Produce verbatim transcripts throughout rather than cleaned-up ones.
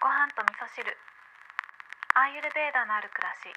ご飯と味噌汁、アーユルベーダのある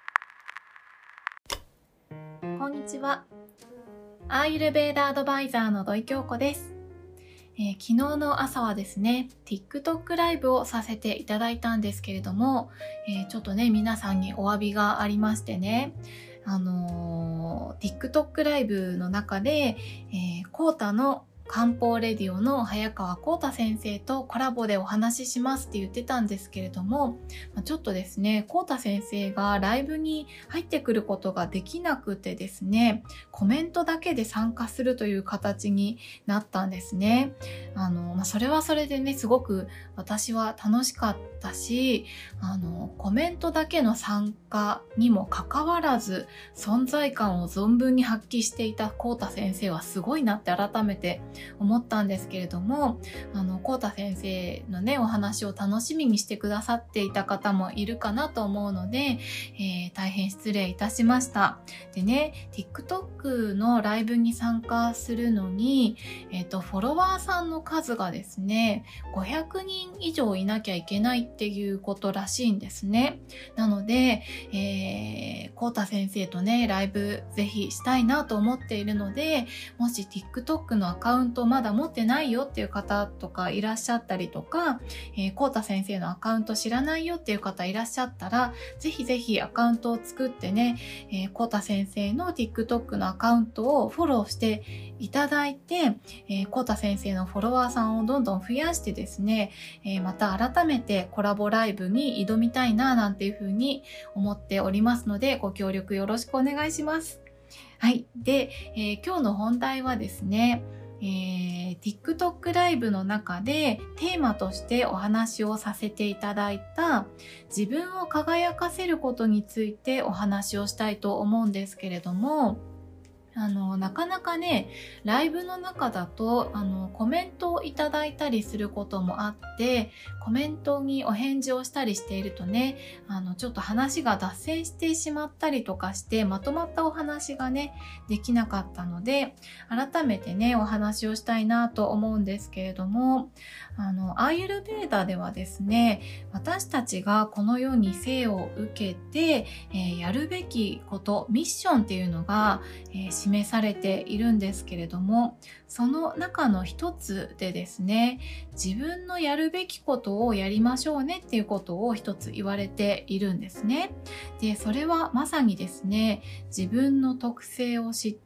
暮らし。 こんにちは。アーユルベーダアドバイザーの土井京子です。えー、昨日の朝はですね、TikTok ライブをさせていただいたんですけれども、えー、ちょっとね、皆さんにお詫びがありましてね、あのー、TikTok ライブの中で、えー、コータの漢方レディオの早川コータ先生とコラボでお話ししますって言ってたんですけれども、ちょっとですね、コータ先生がライブに入ってくることができなくてですね、コメントだけで参加するという形になったんですね。あの、まあ、それはそれでね、すごく私は楽しかったし、あの、コメントだけの参加にもかかわらず、存在感を存分に発揮していたコータ先生はすごいなって改めて思ったんですけれども、あの、コータ先生のね、お話を楽しみにしてくださっていた方もいるかなと思うので、えー、大変失礼いたしました。でね、TikTok のライブに参加するのに、えっと、フォロワーさんの数がですね、ごひゃくにん以上いなきゃいけないっていうことらしいんですね。なので、えー、コータ先生とね、ライブぜひしたいなと思っているので、もし TikTok のアカウントまだ持ってないよっていう方とかいらっしゃったりとか、えー、コータ先生のアカウント知らないよっていう方いらっしゃったら、ぜひぜひアカウントを作ってね、えー、コータ先生の TikTok のアカウントをフォローしていただいて、えー、コータ先生のフォロワーさんをどんどん増やしてですね、えー、また改めてコラボライブに挑みたいななんていうふうに思っておりますので、ご協力よろしくお願いします。はい。で、えー、今日の本題はですね、えー、TikTok ライブの中でテーマとしてお話をさせていただいた自分を輝かせることについてお話をしたいと思うんですけれども、あの、なかなかね、ライブの中だと、あの、コメントをいただいたりすることもあって、コメントにお返事をしたりしているとね、あの、ちょっと話が脱線してしまったりとかして、まとまったお話がね、できなかったので、改めてね、お話をしたいなと思うんですけれども、あの、アーユルベーダではですね、私たちがこの世に生を受けて、えー、やるべきこと、ミッションっていうのが、えー示されているんですけれども、その中の一つでですね、自分のやるべきことをやりましょうねっていうことを一つ言われているんですね。で、それはまさにですね、自分の特性を知って、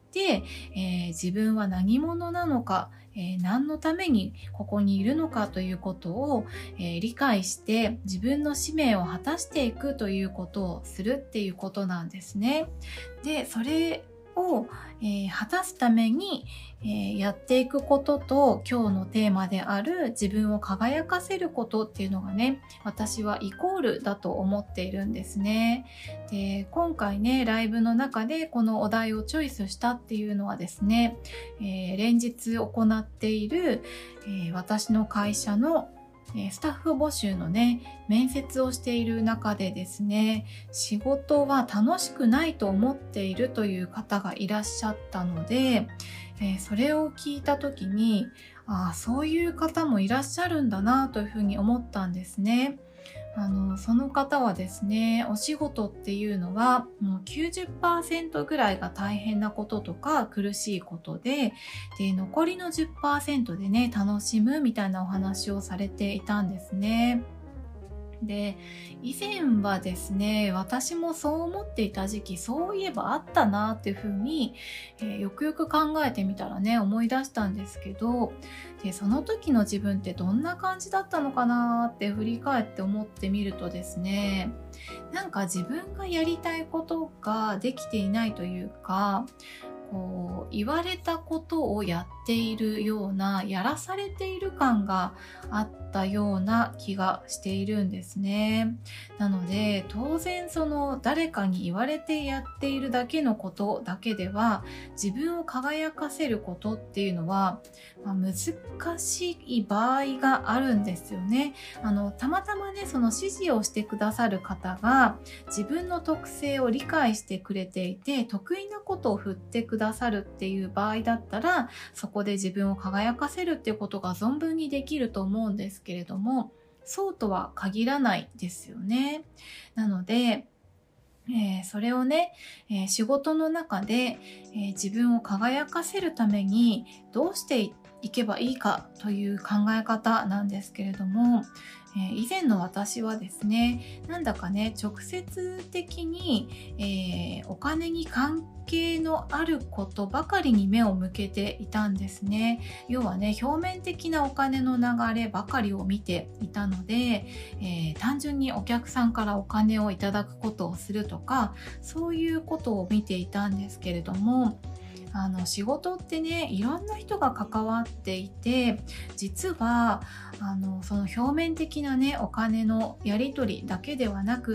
えー、自分は何者なのか、えー、何のためにここにいるのかということを、えー、理解して自分の使命を果たしていくということをするっていうことなんですね。で、それを、えー、果たすために、えー、やっていくことと今日のテーマである自分を輝かせることっていうのがね、私はイコールだと思っているんですね。で、今回ね、ライブの中でこのお題をチョイスしたっていうのはですね、えー、連日行っている、えー、私の会社のスタッフ募集のね、面接をしている中でですね、仕事は楽しくないと思っているという方がいらっしゃったので、えー、それを聞いた時に、ああ、そういう方もいらっしゃるんだなというふうに思ったんですね。あの、その方はですね、お仕事っていうのはもう きゅうじゅっパーセント ぐらいが大変なこととか苦しいことで、で、残りの じゅっパーセント でね、楽しむみたいなお話をされていたんですね。で、以前はですね、私もそう思っていた時期、そういえばあったなっていうふうに、えー、よくよく考えてみたらね、思い出したんですけど、で、その時の自分ってどんな感じだったのかなって振り返って思ってみるとですね、なんか自分がやりたいことができていないというか、こう言われたことをやっているような、やらされている感があったような気がしているんですね。なので当然その誰かに言われてやっているだけのことだけでは自分を輝かせることっていうのは、まあ、難しい場合があるんですよね。あのたまたまね、その指示をしてくださる方が自分の特性を理解してくれていて、得意なことを振ってくださるっていう場合だったら、そこで自分を輝かせるっていうことが存分にできると思うんですけれども、 そうとは限らないですよね。なので、えーそれをね、えー仕事の中で、えー自分を輝かせるためにどうしていいけばいいかという考え方なんですけれども、えー以前の私はですね、なんだかね、直接的に、えーお金に関係のあることばかりに目を向けていたんですね。要はね、表面的なお金の流ればかりを見ていたので、えー単純にお客さんからお金をいただくことをするとか、そういうことを見ていたんですけれども、あの仕事ってね、いろんな人が関わっていて、実はあのその表面的なね、お金のやり取りだけではなくって、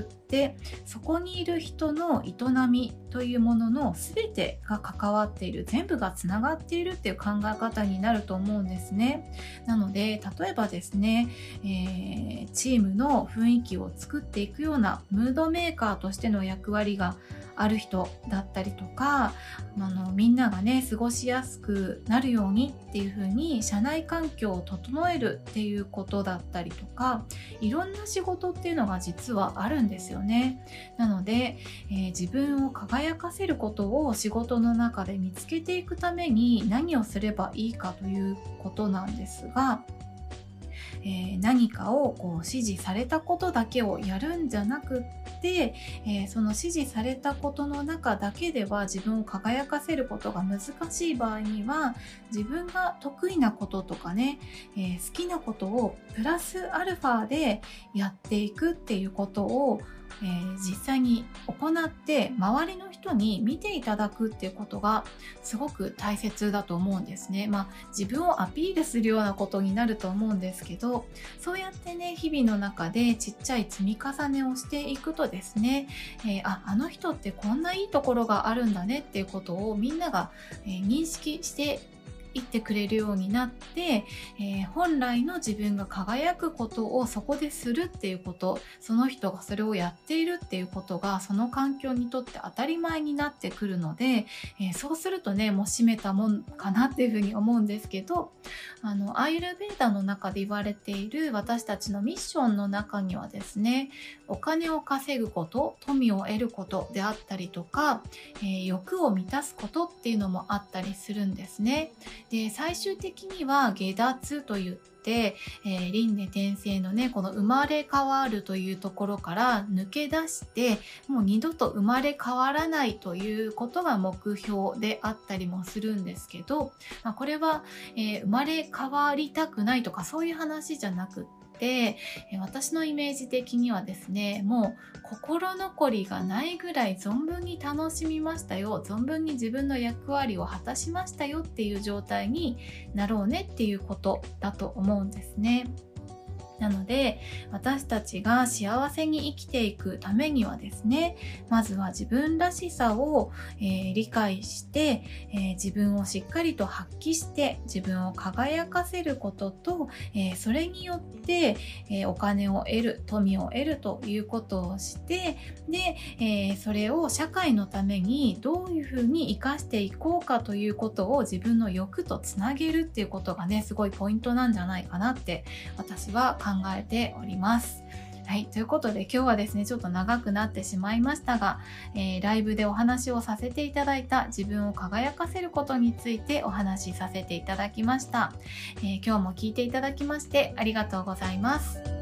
そこにいる人の営みというものの全てが関わっている、全部がつながっているっていう考え方になると思うんですね。なので、例えばですね、えーチームの雰囲気を作っていくようなムードメーカーとしての役割がある人だったりとか、あのみんながね過ごしやすくなるようにっていう風に社内環境を整えるっていうことだったりとか、いろんな仕事っていうのが実はあるんですよね。なので、えー自分を輝かせることを仕事の中で見つけていくために何をすればいいかということなんですが、えー何かをこう指示されたことだけをやるんじゃなくって、えーその指示されたことの中だけでは自分を輝かせることが難しい場合には、自分が得意なこととかね、えー好きなことをプラスアルファでやっていくっていうことを、えー実際に行って周りの人に見ていただくっていうことがすごく大切だと思うんですね。まあ自分をアピールするようなことになると思うんですけど、そうやってね日々の中でちっちゃい積み重ねをしていくとですね、えーああの人ってこんないいところがあるんだねっていうことをみんなが、えー認識していってくれるようになって、えー本来の自分が輝くことをそこでするっていうこと、その人がそれをやっているっていうことがその環境にとって当たり前になってくるので、えーそうするとねもう閉めたもんかなっていうふうに思うんですけど、あのアーユルヴェーダの中で言われている私たちのミッションの中にはですね、お金を稼ぐこと、富を得ることであったりとか、えー欲を満たすことっていうのもあったりするんですね。で、最終的には下脱といって、えー輪廻転生のねこの生まれ変わるというところから抜け出して、もう二度と生まれ変わらないということが目標であったりもするんですけど、まあ、これは、えー生まれ変わりたくないとかそういう話じゃなくって、えー私のイメージ的にはですね、もう心残りがないぐらい存分に楽しみましたよ、存分に自分の役割を果たしましたよっていう状態になろうねっていうことだと思うんですね。なので私たちが幸せに生きていくためにはですね、まずは自分らしさを、えー理解して、えー自分をしっかりと発揮して自分を輝かせることと、えーそれによって、えーお金を得る、富を得るということをして、で、えーそれを社会のためにどういうふうに生かしていこうかということを自分の欲とつなげるっていうことがねすごいポイントなんじゃないかなって私は考えております。はい、ということで今日はですねちょっと長くなってしまいましたが、えーライブでお話をさせていただいた自分を輝かせることについてお話しさせていただきました。えー今日も聞いていただきましてありがとうございます。